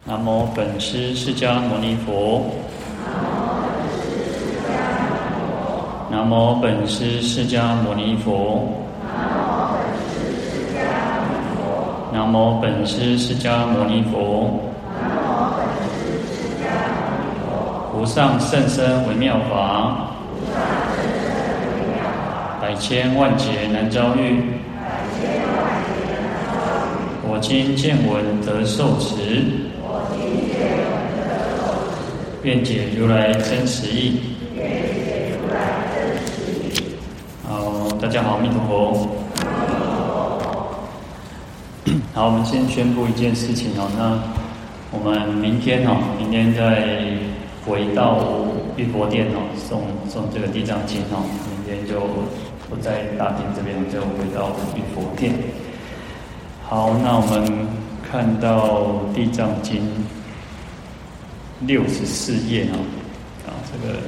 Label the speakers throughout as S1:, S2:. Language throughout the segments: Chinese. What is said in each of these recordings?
S1: 南无本师释迦牟尼佛。南无本师释迦牟尼佛。南无本师释迦牟尼佛。无上甚深微妙法，百千万劫难遭遇。我今见闻得受持，愿解如来真实义。好，大家好，阿弥陀佛。好，我们先宣布一件事情哦。那我们明天再回到玉佛殿送这个地藏经明天就不在大殿这边，就回到玉佛殿。好，那我们看到地藏经64页这个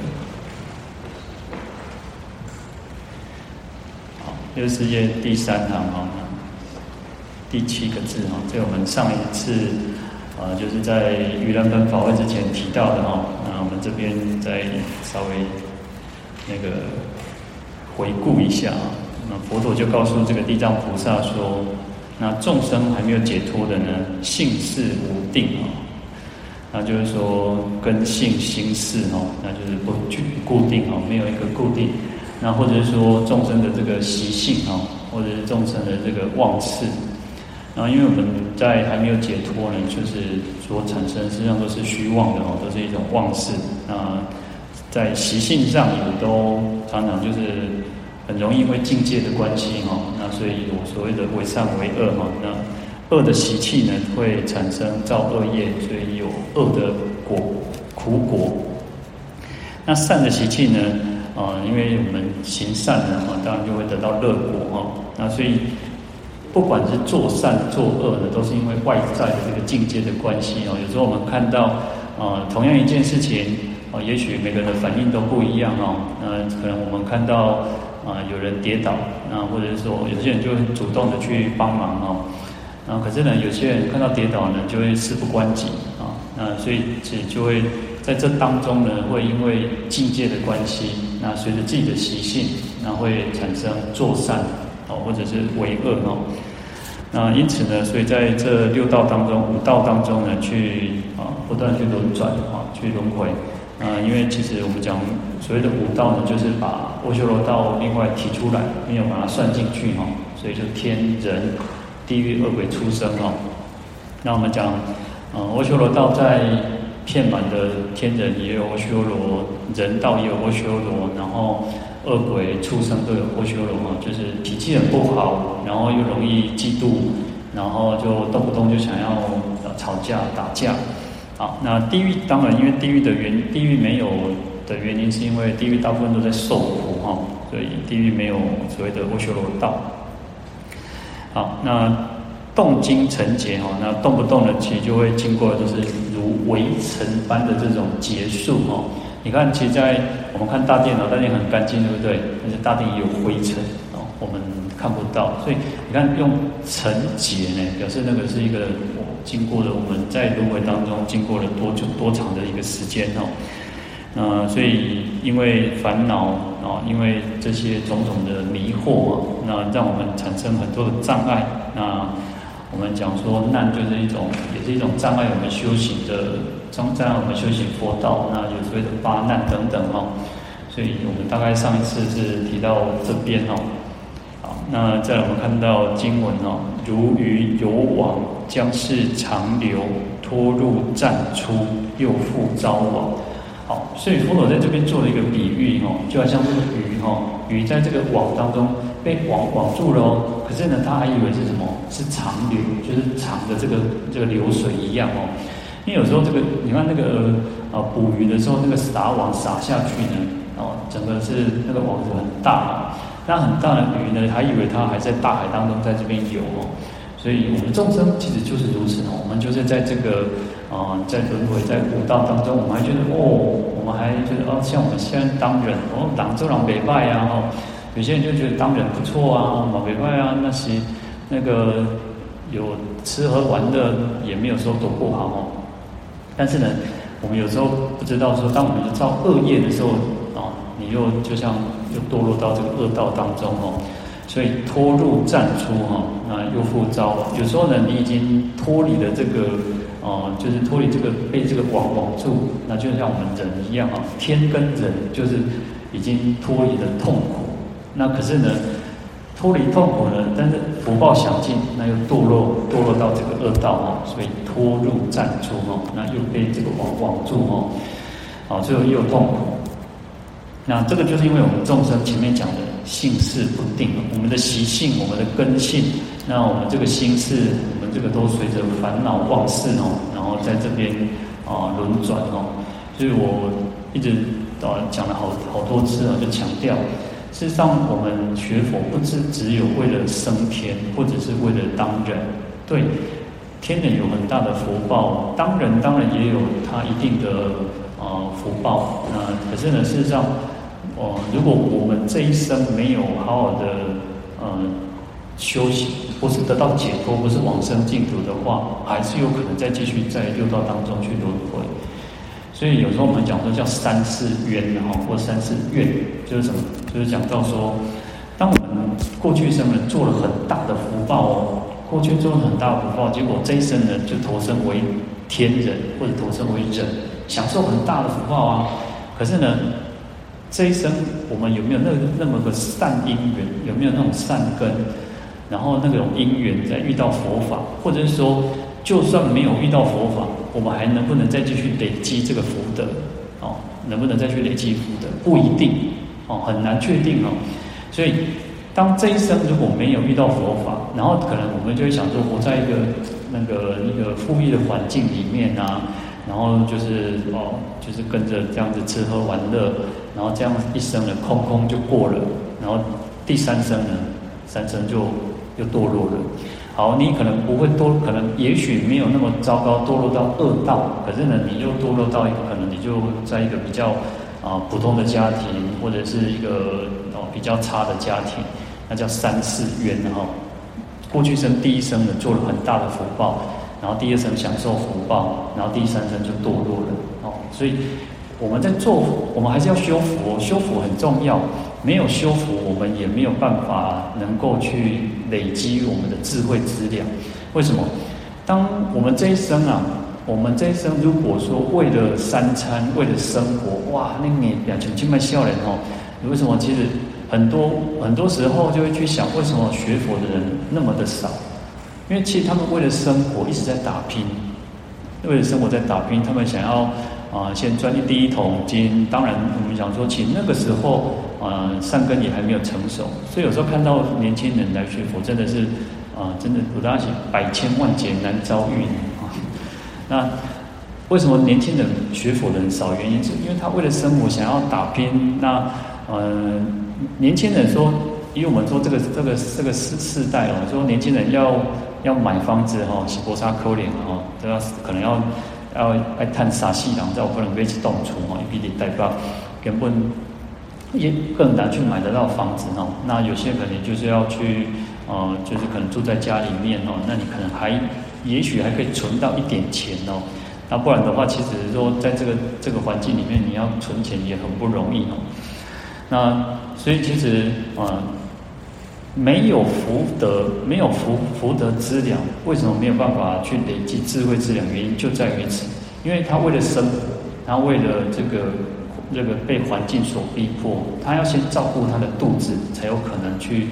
S1: 64页第3行第7个字这我们上一次就是在盂兰盆法会之前提到的那我们这边再稍微那个回顾一下那佛陀就告诉这个地藏菩萨说，那众生还没有解脱的呢，性事无定那就是说根性心事那就是不固定没有一个固定。那或者是说众生的这个习性或者是众生的这个妄事。然后因为我们在还没有解脱呢，就是所产生实际上都是虚妄的都是一种妄事。那在习性上也都常常就是很容易会境界的关系那所以有所谓的为善为恶那恶的习气呢会产生造恶业，所以有恶的苦果。那善的习气呢因为我们行善呢当然就会得到乐果那所以不管是做善做恶的，都是因为外在的这个境界的关系有时候我们看到同样一件事情也许每个人的反应都不一样可能我们看到有人跌倒，那或者是说有些人就很主动的去帮忙可是呢有些人看到跌倒呢就会事不关己那所以就会在这当中呢会因为境界的关系，那随着自己的习性，那会产生做善或者是为恶那因此呢，所以在这6道当中5道当中呢去不断去轮转去轮回因为其实我们讲所谓的5道呢，就是把阿修罗道另外提出来，没有把它算进去所以就天人地狱恶鬼畜生那我们讲阿修罗道在遍满的天人也有阿修罗，人道也有阿修罗，然后恶鬼畜生都有阿修罗就是脾气很不好，然后又容易嫉妒，然后就动不动就想要吵架打架。好，那地狱当然因为地狱没有的原因，是因为地狱大部分都在受苦所以地狱没有所谓的阿修罗道。好，那动经成劫那动不动的其实就会经过就是如微尘般的这种劫数你看其实在我们看大殿大殿很干净对不对？但是大殿也有灰尘我们看不到，所以你看用成劫呢表示那个是一个经过了我们在轮回当中经过了多长的一个时间所以因为烦恼因为这些种种的迷惑那让我们产生很多的障碍。那我们讲说难就是也是一种障碍我们修行的，障碍我们修行佛道，那有所谓的八难等等所以我们大概上一次是提到这边好，那再来我们看到经文如鱼游网，将是长流，拖入暂出，又复招网。好，所以佛陀在这边做了一个比喻就好像这个鱼在这个网当中被网住了可是呢他还以为是什么，是长流，就是长的这个流水一样因为有时候这个你看那个捕鱼的时候，那个撒网撒下去呢整个是那个网子很大那很大的鱼呢还以为它还在大海当中在这边游所以我们众生其实就是如此我们就是在这个在轮回在5道当中，我们还觉得我们还觉得像我们现在当人人做人没败有些人就觉得当人不错没败那些那个有吃喝玩乐也没有说多不好但是呢，我们有时候不知道说，当我们造恶业的时候你就像又堕落到这个恶道当中所以脱入暂出那又复遭。有时候呢，你已经脱离了这个就是脱离这个被这个网住，那就像我们人一样天跟人就是已经脱离了痛苦。那可是呢，脱离痛苦呢，但是福报享尽，那又堕落到这个恶道所以脱入暂出那又被这个网住最后又有痛苦。那这个就是因为我们众生前面讲的性事不定，我们的习性、我们的根性，那我们这个心事，我们这个都随着烦恼妄事然后在这边轮转所以我一直讲了好多次就强调，事实上我们学佛不只有为了升天，或者是为了当人。对，天人有很大的福报，当然也有他一定的福报。可是呢，事实上如果我们这一生没有好好的修行，或是得到解脱，不是往生净土的话，还是有可能再继续在六道当中去轮回。所以有时候我们讲说叫三世冤或三世怨，就是什么？就是讲到说，当我们过去生人做了很大的福报过去做了很大的福报，结果这一生呢就投生为天人，或者投生为人，享受很大的福报可是呢，这一生我们有没有那么个善因缘，有没有那种善根，然后那种因缘在遇到佛法，或者是说就算没有遇到佛法，我们还能不能再继续累积这个福德能不能再去累积福德，不一定很难确定所以当这一生如果没有遇到佛法，然后可能我们就会想说，活在一个富裕的环境里面然后就是跟着这样子吃喝玩乐，然后这样一生呢空就过了，然后第三生就又堕落了。好，你可能不会可能也许没有那么糟糕，堕落到恶道，可是呢，你又堕落到一个可能你就在一个比较普通的家庭，或者是一个比较差的家庭，那叫三世冤过去生第一生呢做了很大的福报，然后第二生享受福报，然后第三生就堕落了所以我们在做，我们还是要修福修福很重要。没有修福，我们也没有办法能够去累积我们的智慧资粮。为什么？当我们这一生如果说为了三餐，为了生活，哇，那你表情这么笑脸为什么？其实很多时候就会去想，为什么学佛的人那么的少？因为其实他们为了生活一直在打拼，为了生活在打拼，他们想要先赚第一桶金。当然，我们想说，其实那个时候善根也还没有成熟，所以有时候看到年轻人来学佛，真的是真的不大行，百千万劫难遭遇那为什么年轻人学佛的人少？原因是因为他为了生活想要打拼。那年轻人说，以我们说这个世代说年轻人要买房子是波沙可怜都要可能要探傻细人，才有可能可以去动厝一笔代表根本也更难去买得到房子那有些可能就是要去就是可能住在家里面那你可能也许还可以存到一点钱那不然的话，其实说在这个环境里面，你要存钱也很不容易那所以其实没有福德，没有福德资粮，为什么没有办法去累积智慧资粮？原因就在于此，因为他为了生活，他为了这个被环境所逼迫，他要先照顾他的肚子，才有可能去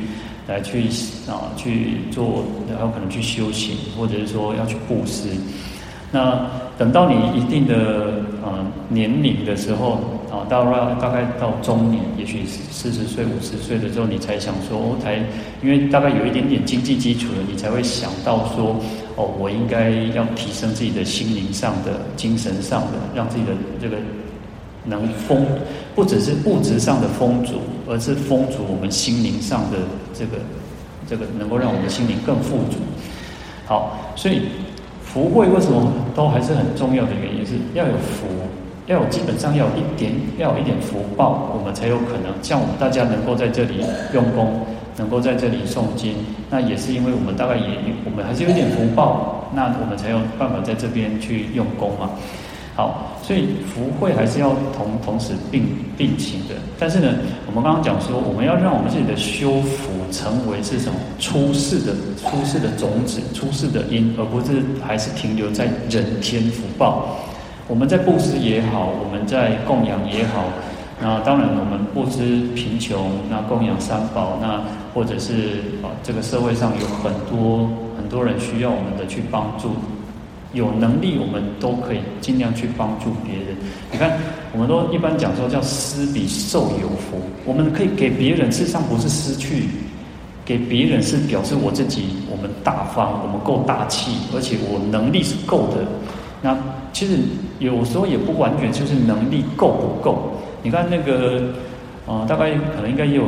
S1: 做，然后可能去修行，或者是说要去布施。那等到你一定的年龄的时候大概到中年，也许40岁、50岁的时候，你才想说，因为大概有一点点经济基础了，你才会想到说，我应该要提升自己的心灵上的、精神上的，让自己的这个不只是物质上的丰足，而是丰足我们心灵上的这个能够让我们的心灵更富足。好，所以福慧为什么都还是很重要的原因是要有福，基本上要有一点福报，我们才有可能像我们大家能够在这里用功，能够在这里诵经，那也是因为我们还是有一点福报，那我们才有办法在这边去用功嘛。 好，所以福慧还是要同时并行的。但是呢，我们刚刚讲说，我们要让我们自己的修福成为是什么？出世的种子，出世的因，而不是还是停留在人天福报。我们在布施也好，我们在供养也好，那当然我们布施贫穷，那供养三宝，那或者是这个社会上有很多人需要我们的去帮助。有能力，我们都可以尽量去帮助别人。你看，我们都一般讲说叫施比受有福。我们可以给别人，事实上不是失去，给别人是表示我自己，我们大方，我们够大气，而且我能力是够的。那其实有时候也不完全就是能力够不够。你看那个，大概可能应该也有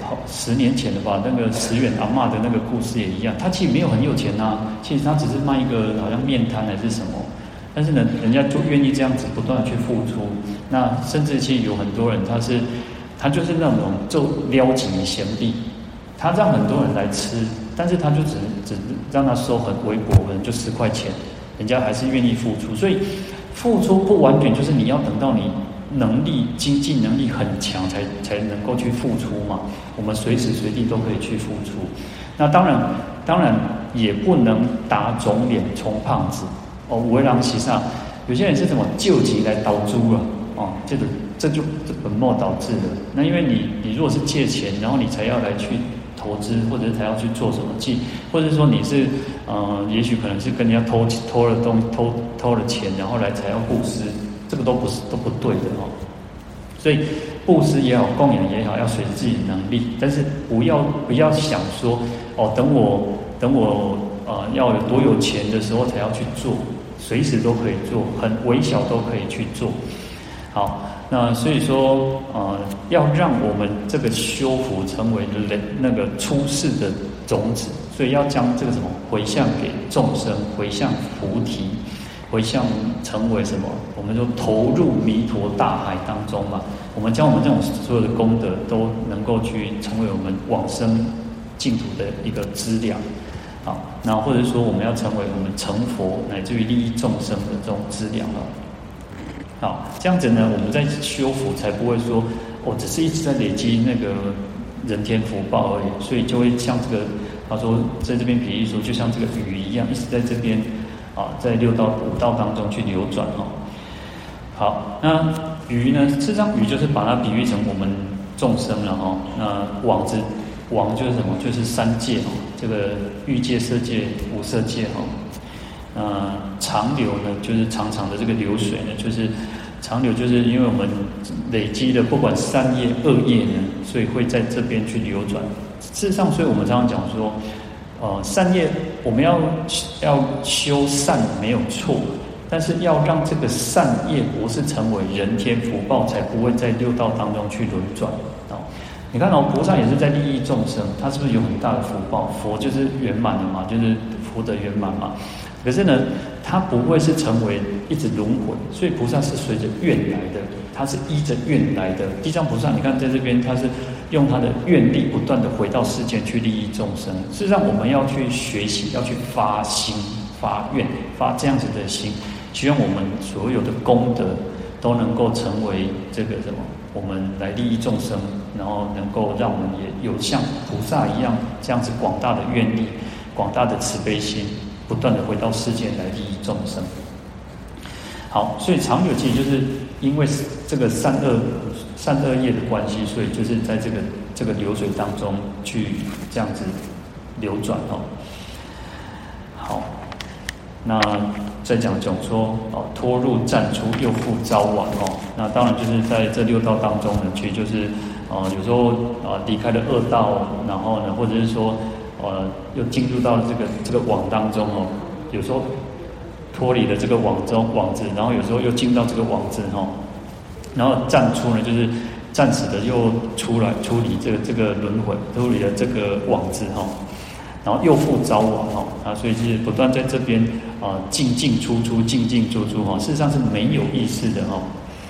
S1: 10年前的吧，那个石远阿嬷的那个故事也一样。他其实没有很有钱啊，其实他只是卖一个好像面摊还是什么，但是呢，人家就愿意这样子不断的去付出。那甚至其实有很多人，他就是那种就撩紧嫌币，他让很多人来吃，但是他就只让他收很微薄，可能就10块钱，人家还是愿意付出。所以付出不完全就是你要等到你经济能力很强才能够去付出嘛。我们随时随地都可以去付出。那当然也不能打肿脸充胖子哦。为人其上，有些人是什么救急来倒猪了哦，这本末倒置的。那因为你如果是借钱，然后你才要来去投资，或者是才要去做什么或者说你是也许可能是跟人家偷了钱，然后来才要布施。这个都不对的哦，所以布施也好，供养也好，要随着自己的能力，但是不要想说哦，等我要有多有钱的时候才要去做，随时都可以做，很微小都可以去做。好，那所以说要让我们这个修福成为那个出世的种子，所以要将这个什么回向给众生，回向菩提。回向成为什么？我们就投入弥陀大海当中嘛。我们将我们这种所有的功德都能够去成为我们往生净土的一个资粮，啊，然后或者说我们要成为我们成佛乃至于利益众生的这种资粮哦。好，这样子呢，我们在修福才不会说只是一直在累积那个人天福报而已，所以就会像这个他说在这边比喻说，就像这个鱼一样，一直在这边。在5道当中去流转哦。好，那鱼呢？事实上，鱼就是把它比喻成我们众生了哦。那网就是什么？就是3界哦，这个欲界、色界、无色界哦。长流呢，就是长长的这个流水呢，就是长流，就是因为我们累积的不管善业、恶业呢，所以会在这边去流转。事实上，所以我们常常讲说。善业我们要修善没有错，但是要让这个善业不是成为人天福报，才不会在6道当中去轮转哦。你看菩萨也是在利益众生，他是不是有很大的福报？佛就是圆满的嘛，就是福德圆满嘛。可是呢，他不会是成为一直轮回，所以菩萨是随着愿来的，他是依着愿来的。地藏菩萨，你看在这边他是用他的愿力不断的回到世间去利益众生。事实上，我们要去学习，要去发心、发愿、发这样子的心，希望我们所有的功德都能够成为这个什么，我们来利益众生，然后能够让我们也有像菩萨一样这样子广大的愿力、广大的慈悲心。不断的回到世间来利益众生。好，所以长久其实就是因为这个善恶业的关系，所以就是在这个流水当中去这样子流转哦。好，那再讲说脱入暂出又复早晚哦。那当然就是在这6道当中呢，其实就是有时候离开了恶道，然后呢，或者是说。又进入到这个网当中哦，有时候脱离了这个网子，然后有时候又进到这个网子哦，然后暂出呢，就是暂时的又出来处理这个轮回，脱离了这个网子哈，然后又复早晚哈所以是不断在这边进进出出哈，事实上是没有意识的哈。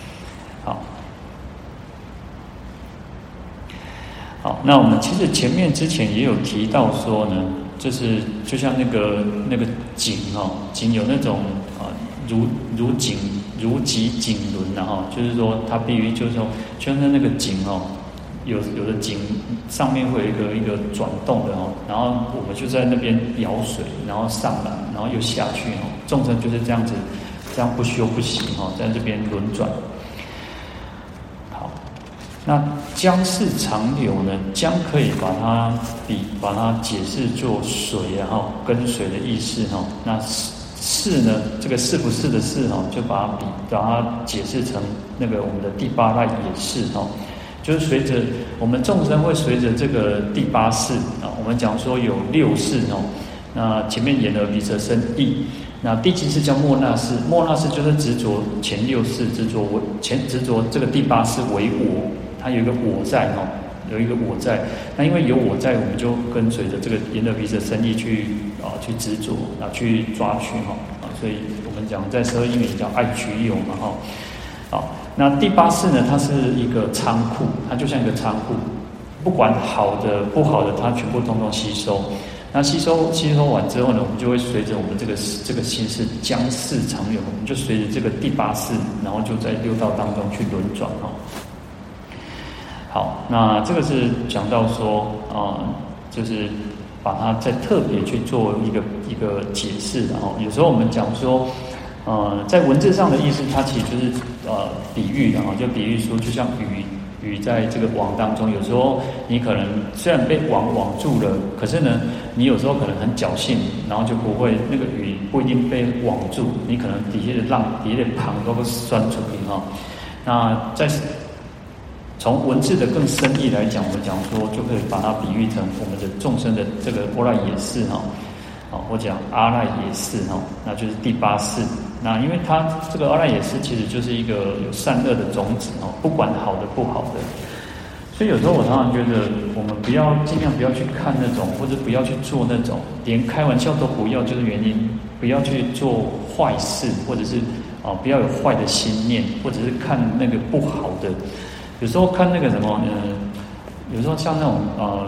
S1: 好，那我们其实之前也有提到说呢，就是就像那个井井有那种如如即井轮然后就是说它比喻就是说，就像那个井哦，有的井上面会有一个转动的哦，然后我们就在那边舀水，然后上来，然后又下去哦，众生就是这样子，这样不休不息哦，在这边轮转。好，那江是长流呢？江可以把它解释作水，然后跟随的意思哈。那是呢，这个是不是的是哈，就把它解释成那个我们的第八赖也是哈，就是随着我们众生会随着这个第八识啊，我们讲说有六识哦，那前面眼耳鼻舌身意，那第七识叫末那识，末那识就是执着前六识，执着这个第八识为我，它有一个我在哈，有一个我在，那因为有我在，我们就跟随着这个眼耳鼻舌身意去执着去抓取哈所以我们讲在12因缘叫爱取有嘛哈。好，那第八识呢，它是一个仓库，它就像一个仓库，不管好的不好的，它全部通通吸收。那吸收完之后呢，我们就会随着我们这个心是江识长流，我们就随着这个第八识，然后就在六道当中去轮转哈。好，那这个是讲到说就是把它再特别去做一个解释，然后有时候我们讲说，在文字上的意思，它其实就是比喻的哈，就比喻说，就像鱼在这个网当中，有时候你可能虽然被网住了，可是呢，你有时候可能很侥幸，然后就不会那个鱼不一定被网住，你可能底下的浪底下的旁都会钻出去哈。那从文字的更深意来讲，我们讲说就可以把它比喻成我们的众生的这个阿赖耶识哈，我讲阿赖耶识哈，那就是第八识。那因为它这个阿赖耶识其实就是一个有善恶的种子哦，不管好的不好的。所以有时候我常常觉得，我们尽量不要去看那种，或者不要去做那种，连开玩笑都不要，就是原因不要去做坏事，或者是不要有坏的心念，或者是看那个不好的。有时候看那个什么，有时候像那种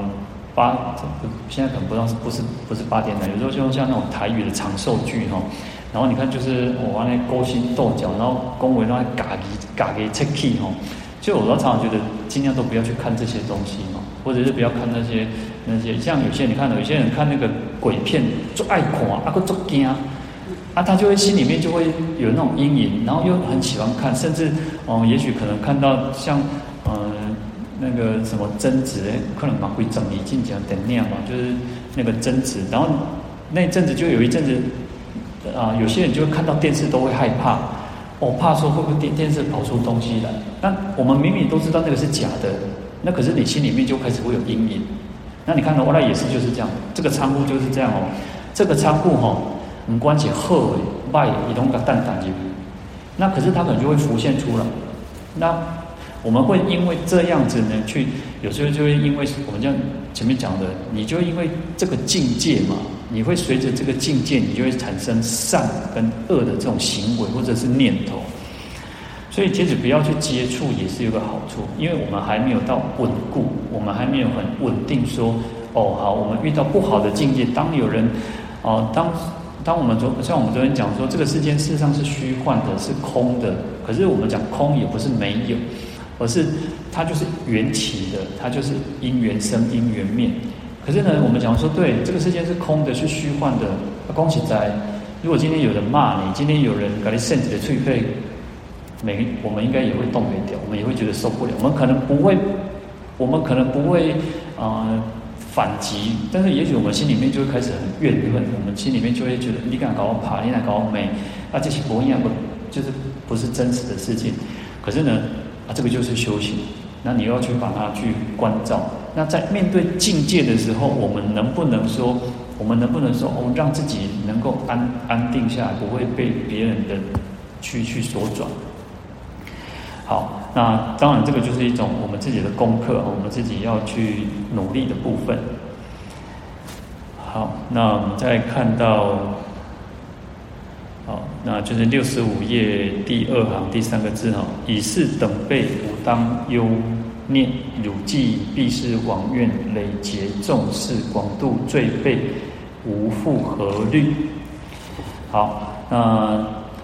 S1: 现在可能不是8点档，有时候就像那种台语的长寿剧哈，然后你看就是那勾心斗角，然后恭维那嘎给切气哈，就我常常觉得尽量都不要去看这些东西哈，或者是不要看那些像有些你看有些人看那个鬼片就爱看个就惊他就会心里面就会有那种阴影，然后又很喜欢看，甚至也许可能看到像那个什么贞子可能嘛会整理进讲等那样嘛，就是那个贞子，然后那一阵子就有一阵子有些人就会看到电视都会害怕，怕说会不会电视跑出东西来，但我们明明都知道那个是假的，那可是你心里面就开始会有阴影。那你看阿赖耶识就是这样，这个仓库就是这样这个仓库不管是好的坏的，它都给蛋进去，那可是它可能就会浮现出来。那我们会因为这样子呢，有时候就会因为我们这样前面讲的，你就因为这个境界嘛，你会随着这个境界，你就会产生善跟恶的这种行为或者是念头。所以其实不要去接触也是有个好处，因为我们还没有到稳固，我们还没有很稳定说好，我们遇到不好的境界，当有人当我们像我们昨天讲说，这个世间事实上是虚幻的，是空的。可是我们讲空也不是没有，而是它就是缘起的，它就是因缘生，因缘灭。可是呢，我们讲说，对，这个世界是空的，是虚幻的。恭喜在，如果今天有人骂你，今天有人给你甚至的脆肺，我们应该也会动没掉，我们也会觉得受不了。我们可能不会反击，但是也许我们心里面就会开始很怨恨，我们心里面就会觉得你敢搞我爬，你敢搞我美，这些不一样，就是不是真实的事情。可是呢，这个就是修行，那你要去把它去关照。那在面对境界的时候，我们能不能说让自己能够安定下来，不会被别人的去所转？好，那当然这个就是一种我们自己的功课，我们自己要去努力的部分。好，那我们再看到，那就是65页第2行第3个字以是等辈吾当忧念，汝既必是往愿，累劫众事，广度罪辈，无复何虑。好，那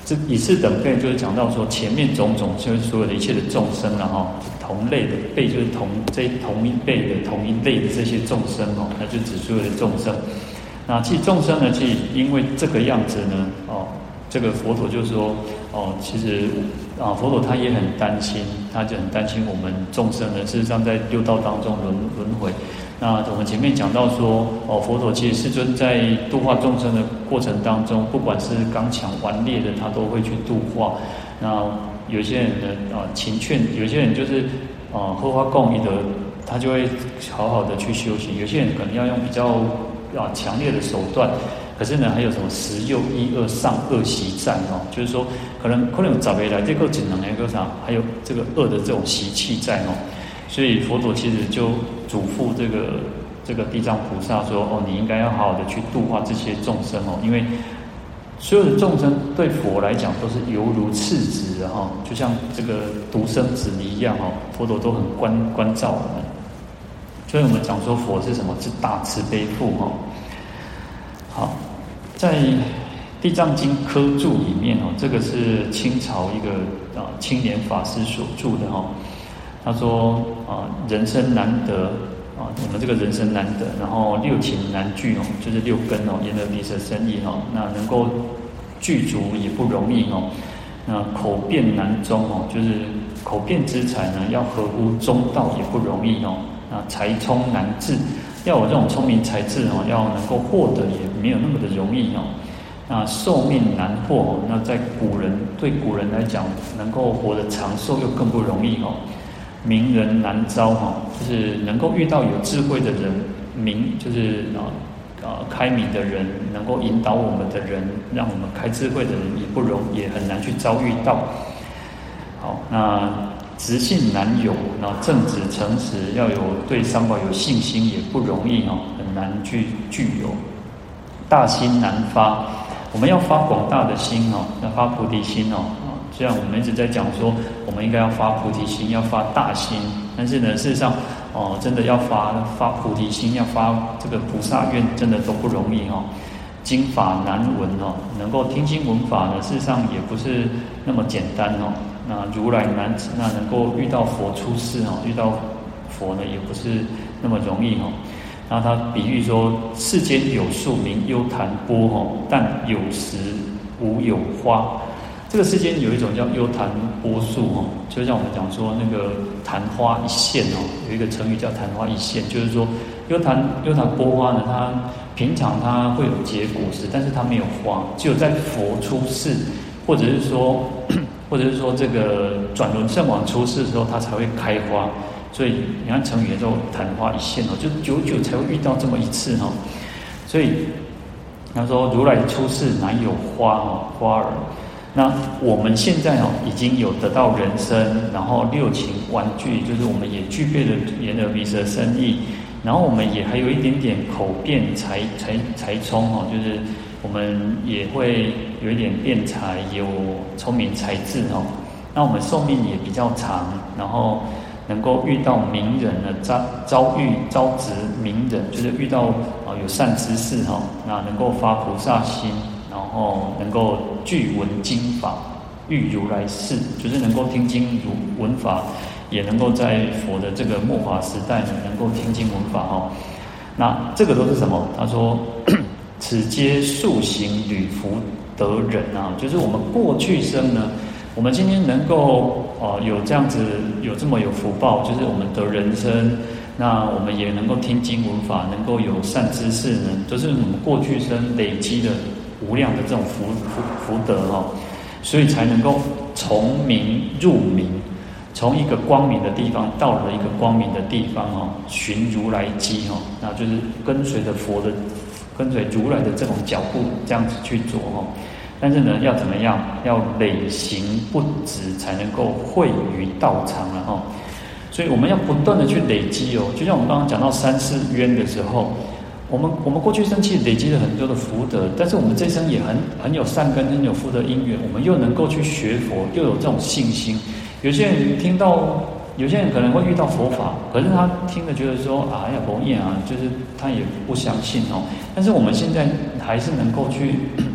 S1: 这以是等辈就是讲到说前面种种就是所有的一切的众生了哈，同类的辈就是同一辈的同一类的这些众生哦，那就指所有的众生。那其实众生呢，其实因为这个样子呢，这个佛陀就说其实佛陀他也很担心，他就很担心我们众生呢，事实上在六道当中轮回。那我们前面讲到说，佛陀其实世尊在度化众生的过程当中，不管是刚强顽劣的，他都会去度化。那有些人呢，勤劝；有些人就是荷花供一的，他就会好好的去修行。有些人可能要用比较强烈的手段，可是呢，还有什么十诱一恶上恶习战就是说，可能有早回来这个只能来个啥，还有这个恶的这种习气在所以佛陀其实就嘱咐这个地藏菩萨说，你应该要好好的去度化这些众生因为所有的众生对佛来讲都是犹如赤子的就像这个独生子一样佛陀都很关照我们。所以我们讲说佛是什么？是大慈悲父好，在《地藏经》科注里面这个是清朝一个青莲法师所著的他说人生难得我们这个人生难得，然后六情难具就是六根眼耳鼻舌身意那能够具足也不容易那口辩难中就是口辩之才呢，要合乎中道也不容易那才聪难治，要有这种聪明才智要能够获得也没有那么的容易那寿命难获那在对古人来讲，能够活得长寿又更不容易名人难招就是能够遇到有智慧的人，就是开明的人，能够引导我们的人，让我们开智慧的人也很难去遭遇到。好，那直信难有，然后正直诚实，要有对三宝有信心也不容易很难具有。大心难发，我们要发广大的心要发菩提心虽然我们一直在讲说，我们应该要发菩提心，要发大心，但是呢，事实上真的要发菩提心，要发这个菩萨愿，真的都不容易经法难闻能够听经闻法呢，事实上也不是那么简单那如来难，那能够遇到佛出世遇到佛呢，也不是那么容易那他比喻说，世间有树名幽檀波但有时无有花。这个世间有一种叫幽檀波树就像我们讲说那个昙花一现有一个成语叫昙花一现，就是说幽檀波花呢，它平常它会有结果实，但是它没有花，只有在佛出世，或者是说这个转轮圣王出世的时候，它才会开花。所以你看成语也叫昙花一现就久久才会遇到这么一次所以他说如来出世难有花儿。那我们现在已经有得到人身，然后六情玩具，就是我们也具备了眼耳鼻舌身意，然后我们也还有一点点口辩才聪就是我们也会有一点辩才，有聪明才智那我们寿命也比较长，然后能够遇到名人呢，招值名人，就是遇到有善知识那能够发菩萨心，然后能够具闻经法，遇如来事，就是能够听经闻法，也能够在佛的这个末法时代呢，能够听经闻法那这个都是什么？他说，此皆速行履福得人就是我们过去生呢，我们今天能够有这样子有这么有福报，就是我们得人身，那我们也能够听经闻法，能够有善知识呢，都是我们过去生累积的无量的这种福德所以才能够从明入明，从一个光明的地方到了一个光明的地方寻如来迹那就是跟随着跟随如来的这种脚步这样子去做但是呢，要怎么样？要累行不止，才能够会于道场了所以我们要不断的去累积就像我们刚刚讲到三世冤的时候，我们过去生其实累积了很多的福德，但是我们这一生也很有善根，很有福德因缘，我们又能够去学佛，又有这种信心。有些人可能会遇到佛法，可是他听了觉得说呀不念就是他也不相信但是我们现在还是能够去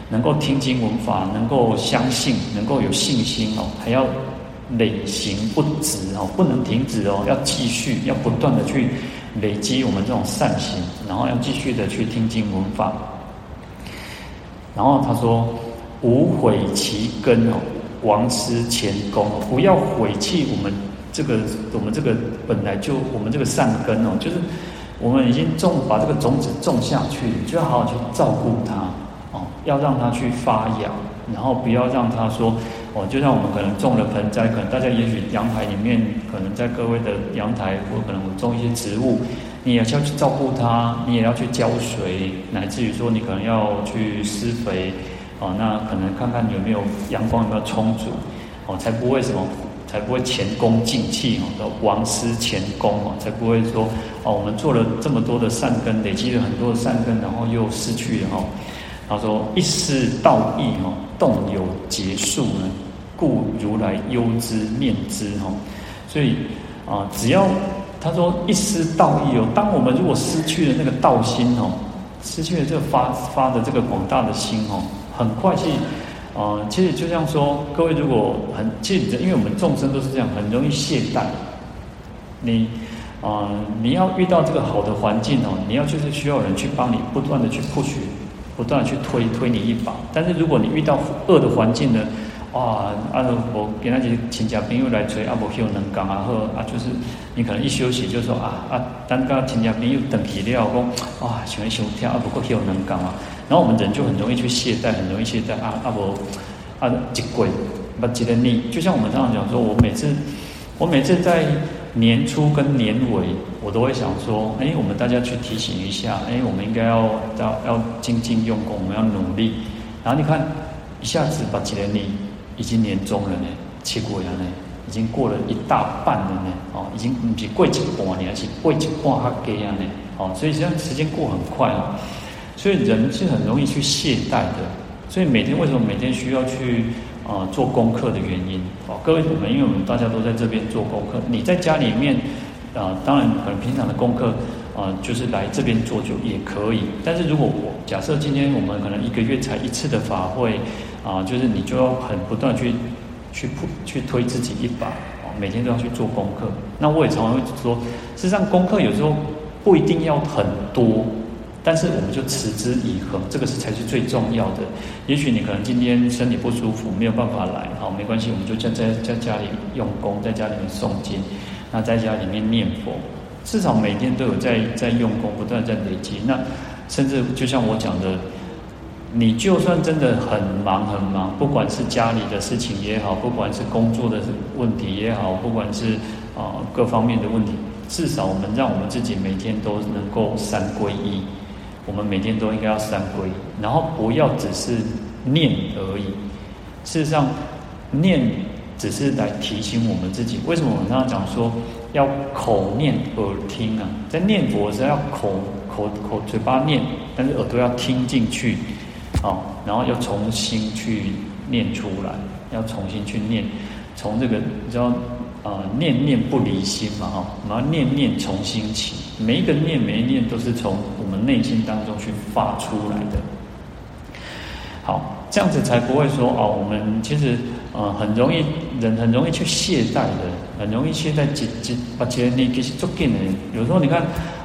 S1: 能够听经闻法，能够相信，能够有信心哦，还要累行不止哦，不能停止哦，要继续，要不断的去累积我们这种善行，然后要继续的去听经闻法。然后他说：无毁其根哦，亡失前功哦，不要毁弃我们这个本来就我们这个善根哦，就是我们已经把这个种子种下去，就要好好去照顾它哦，要让它去发芽，然后不要让它说哦，就像我们可能种了盆栽，可能大家也许阳台里面，可能在各位的阳台，或可能我种一些植物，你也要去照顾它，你也要去浇水，乃至于说你可能要去施肥。哦，那可能看看有没有阳光有没有充足，哦，才不会才不会前功尽弃哦，亡失前功哦，才不会说哦，我们做了这么多的善根，累积了很多的善根，然后又失去了哦。他说一失道义哦，动有结束呢，故如来忧之念之哦。所以只要他说一失道义哦，当我们如果失去了那个道心哦，失去了这个发的这个广大的心哦。很快去，其实就像说，各位如果其实因为我们众生都是这样，很容易懈怠。你要遇到这个好的环境哦，你要就是需要人去帮你，不断的去 push， 不断的去推你一把。但是如果你遇到恶的环境呢，哇，我给那些亲戚朋友来催，无休能讲就是你可能一休息就说等个亲戚朋友等起了，讲哇，想休跳不过休能讲然后我们人就很容易去懈怠，很容易懈怠一过不记得你，就像我们常常讲说，我每次在年初跟年尾，我都会想说，我们大家去提醒一下，我们应该要精进用功，我们要努力。然后你看，一下子把记得你已经年终了呢，7月了呢，已经过了一大半了呢，已经不是过一半年，而是过一半还给啊呢，所以这样时间过很快哦。所以人是很容易去懈怠的，所以为什么每天需要去做功课的原因各位因为我们大家都在这边做功课，你在家里面当然可能平常的功课就是来这边做就也可以，但是如果假设今天我们可能1个月才1次的法会就是你就要很不断去推自己一把每天都要去做功课。那我也常常会说，事实上功课有时候不一定要很多。但是我们就持之以恒，这个才是最重要的。也许你可能今天身体不舒服，没有办法来，没关系，我们就在家里用功，在家里面诵经，那在家里面念佛，至少每天都有在用功，不断在累积。那甚至就像我讲的，你就算真的很忙，不管是家里的事情也好，不管是工作的问题也好，不管是各方面的问题，至少我们让我们自己每天都能够3皈依。我们每天都应该要3皈依，然后不要只是念而已。事实上，念只是来提醒我们自己。为什么我们常常讲说要口念耳听啊？在念佛是要口嘴巴念，但是耳朵要听进去，然后要重新去念出来，要重新去念，从这个你知道。念念不离心嘛，我们要念念从心起，每一个念每一念都是从我们内心当中去发出来的。好，这样子才不会说我们其实人很容易去懈怠的，很容易懈怠，把节你其实做紧的。有时候你看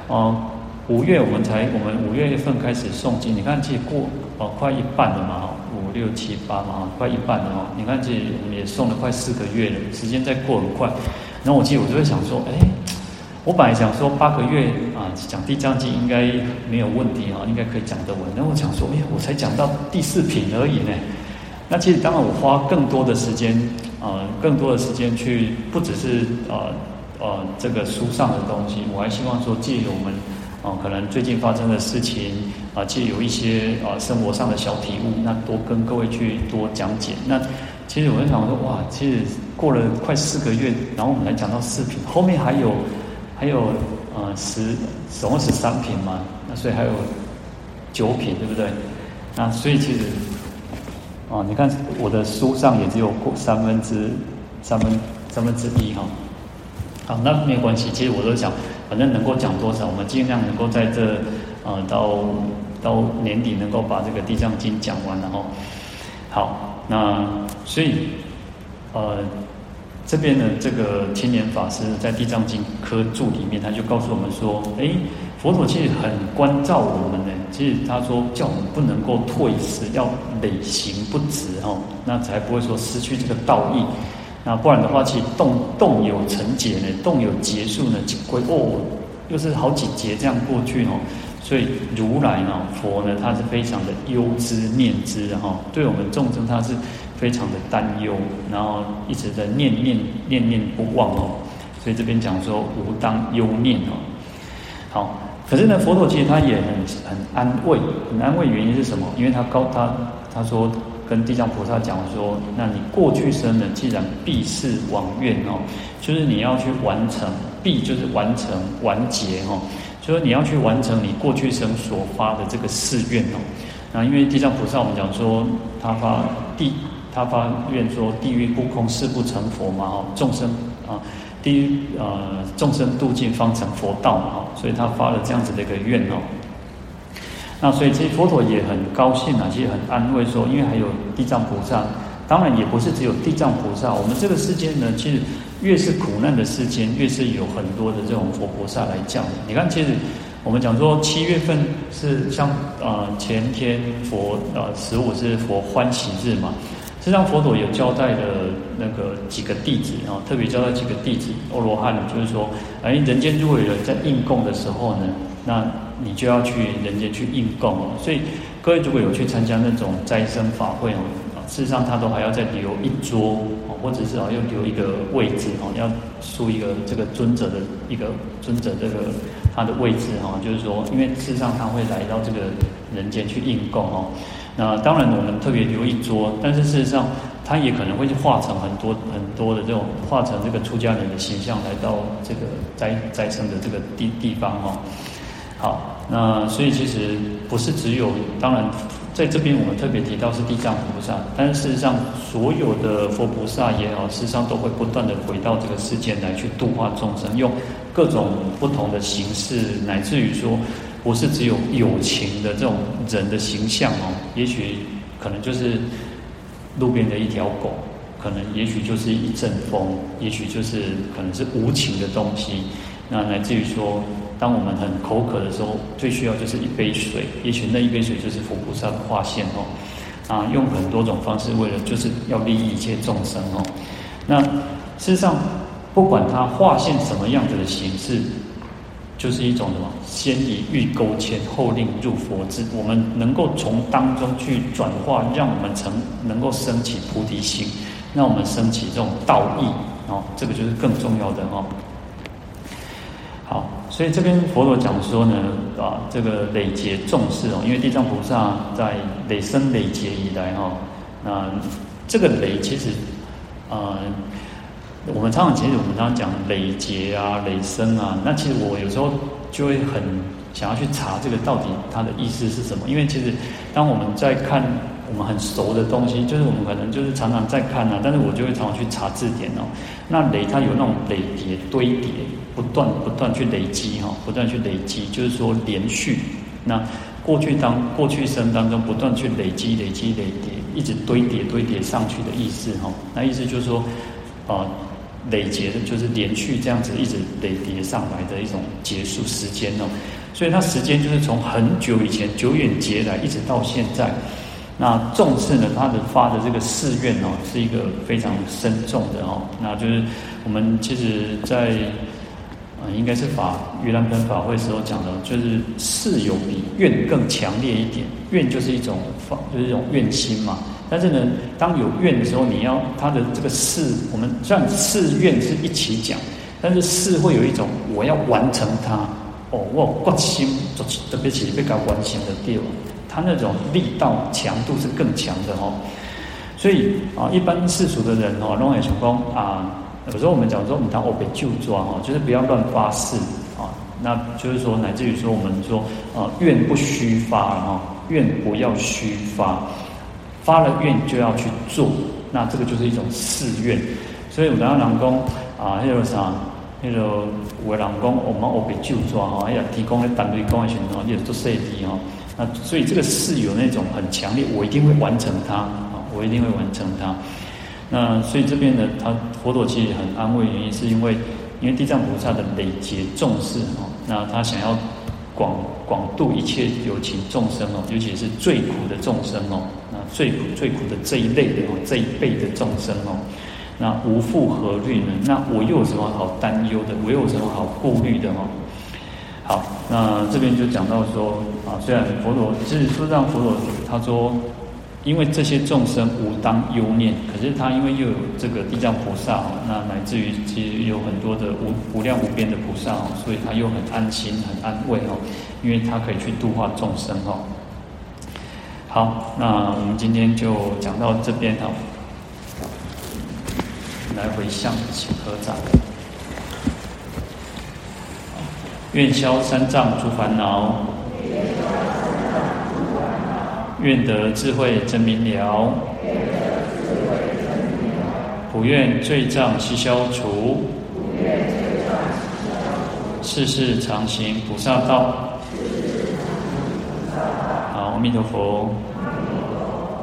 S1: 5月我们5月份开始诵经，你看其实过快一半了嘛，5、6、7、8嘛，快一半了你看其实我们也诵了快4个月了，时间在过很快。然后我就会想说，我本来想说8个月讲地藏经应该没有问题应该可以讲得稳。然后我想说，我才讲到第4品而已呢。那其实当然我花更多的时间去，不只是这个书上的东西，我还希望说借由我们可能最近发生的事情借由一些生活上的小体悟，那多跟各位去多讲解。那其实我就想说，哇，其实过了快4个月，然后我们来讲到4品，后面还有总共13品嘛，那所以还有9品，对不对？那所以其实你看我的书上也只有过1/3好，那没有关系。其实我都想，反正能够讲多少，我们尽量能够在这到到年底能够把这个《地藏经》讲完了哈。好，那所以这边呢，这个青年法师在《地藏经》科注里面，他就告诉我们说，佛陀其实很关照我们呢。其实他说叫我们不能够退失，要累行不止哦，那才不会说失去这个道义。那不然的话，其实动有成劫呢，动有结束呢，又是好几劫这样过去哦。所以如来呢，佛呢，他是非常的忧之念之哈，对我们众生他是非常的担忧，然后一直在念念不忘哦。所以这边讲说无当忧念哦。好，可是呢，佛陀其实他也很安慰，原因是什么？因为他说跟地藏菩萨讲说，那你过去生呢，既然必是往愿哦，就是你要去完成，必就是完成完结哦。就是你要去完成你过去生所发的这个誓愿哦。那因为地藏菩萨我们讲说他发愿说地狱不空誓不成佛嘛哦，众生啊地狱众生度尽方成佛道嘛哦，所以他发了这样子的一个愿哦。那所以其实佛陀也很高兴啊，其实很安慰说，因为还有地藏菩萨，当然也不是只有地藏菩萨，我们这个世间呢，其实越是苦难的世间，越是有很多的这种佛菩萨来降。你看，其实我们讲说7月份是像前天佛15是佛欢喜日嘛，实际上佛陀有交代的那个几个弟子啊，特别交代几个弟子欧罗汉，就是说，人间如果有人在应供的时候呢，那你就要去人间去应供哦。所以各位如果有去参加那种斋僧法会哦，事实上他都还要再留一桌哦，或者是要留一个位置哦，要塑一个这个尊者的这个他的位置哦，就是说，因为事实上他会来到这个人间去应供哦。那当然我们特别留一桌，但是事实上他也可能会化成很多的这种化成这个出家人的形象来到这个斋僧的这个地方哦。好，那所以其实不是只有，当然在这边我们特别提到是地藏菩萨，但是事实上所有的佛菩萨也好，事实上都会不断的回到这个世间来去度化众生，用各种不同的形式，乃至于说不是只有有情的这种人的形象哦，也许可能就是路边的一条狗，也许就是一阵风，也许就是可能是无情的东西，那乃至于说，当我们很口渴的时候，最需要就是一杯水，也许那一杯水就是佛菩萨的化现哦。用很多种方式，为了就是要利益一切众生哦。那事实上，不管它化现什么样子的形式，就是一种什么？先以欲勾牵，后令入佛智。我们能够从当中去转化，让我们能够升起菩提心，让我们升起这种道义哦，这个就是更重要的哦。好，所以这边佛陀讲说呢，这个累劫重视哦，因为地藏菩萨在累生累劫以来哈，那这个累其实，我们常常讲累劫啊、累生啊，那其实我有时候就会很想要去查这个到底它的意思是什么，因为其实当我们在看我们很熟的东西，就是我们可能就是常常在看啊，但是我就会常常去查字典哦。那累它有那种累叠、堆叠，不断去累积哈，不断去累积，就是说连续。那过去生当中不断去累积、一直堆叠上去的意思哈。那意思就是说，累劫的就是连续这样子一直累叠上来的一种结束时间哦。所以它时间就是从很久以前久远劫来，一直到现在。那重视呢，他的发的这个誓愿哦，是一个非常深重的哦。那就是我们其实在应该是盂兰盆法会时候讲的，就是誓有比愿更强烈一点。愿就是一种愿心嘛。但是呢，当有愿的时候，你要他的这个誓，我们虽然誓愿是一起讲，但是誓会有一种我要完成它哦，我决心特别是要完成的对。它那种力道强度是更强的哦，所以一般世俗的人哦，都会想说有时候我们讲说，他被救抓哦，就是不要乱发誓那就是说，乃至于说我们说愿不虚发愿不要虚发，发了愿就要去做，那这个就是一种誓愿。所以有当人讲那个啥。有的人讲，我们被救抓那个提供的单位讲的时候，你就做细致那所以这个是有那种很强烈，我一定会完成它啊，我一定会完成它。那所以这边呢，佛陀其实很安慰，原因是因为地藏菩萨的累劫重视哦，那他想要广度一切有情众生哦，尤其是最苦的众生哦，那最苦的这一类的哦，这一辈的众生哦，那无复何虑呢？那我又有什么好担忧的？我又有什么好顾虑的哦？好，那这边就讲到说啊，虽然佛陀就是说让佛陀他说，因为这些众生无当忧念，可是他因为又有这个地藏菩萨哦，那乃至于其实有很多的无量无边的菩萨哦，所以他又很安心很安慰哦，因为他可以去度化众生哦。好，那我们今天就讲到这边哦，来回向请合掌。愿消三障诸烦恼，愿得智慧真明了，普愿罪障悉消除，世世常行菩萨道。好，阿弥陀佛。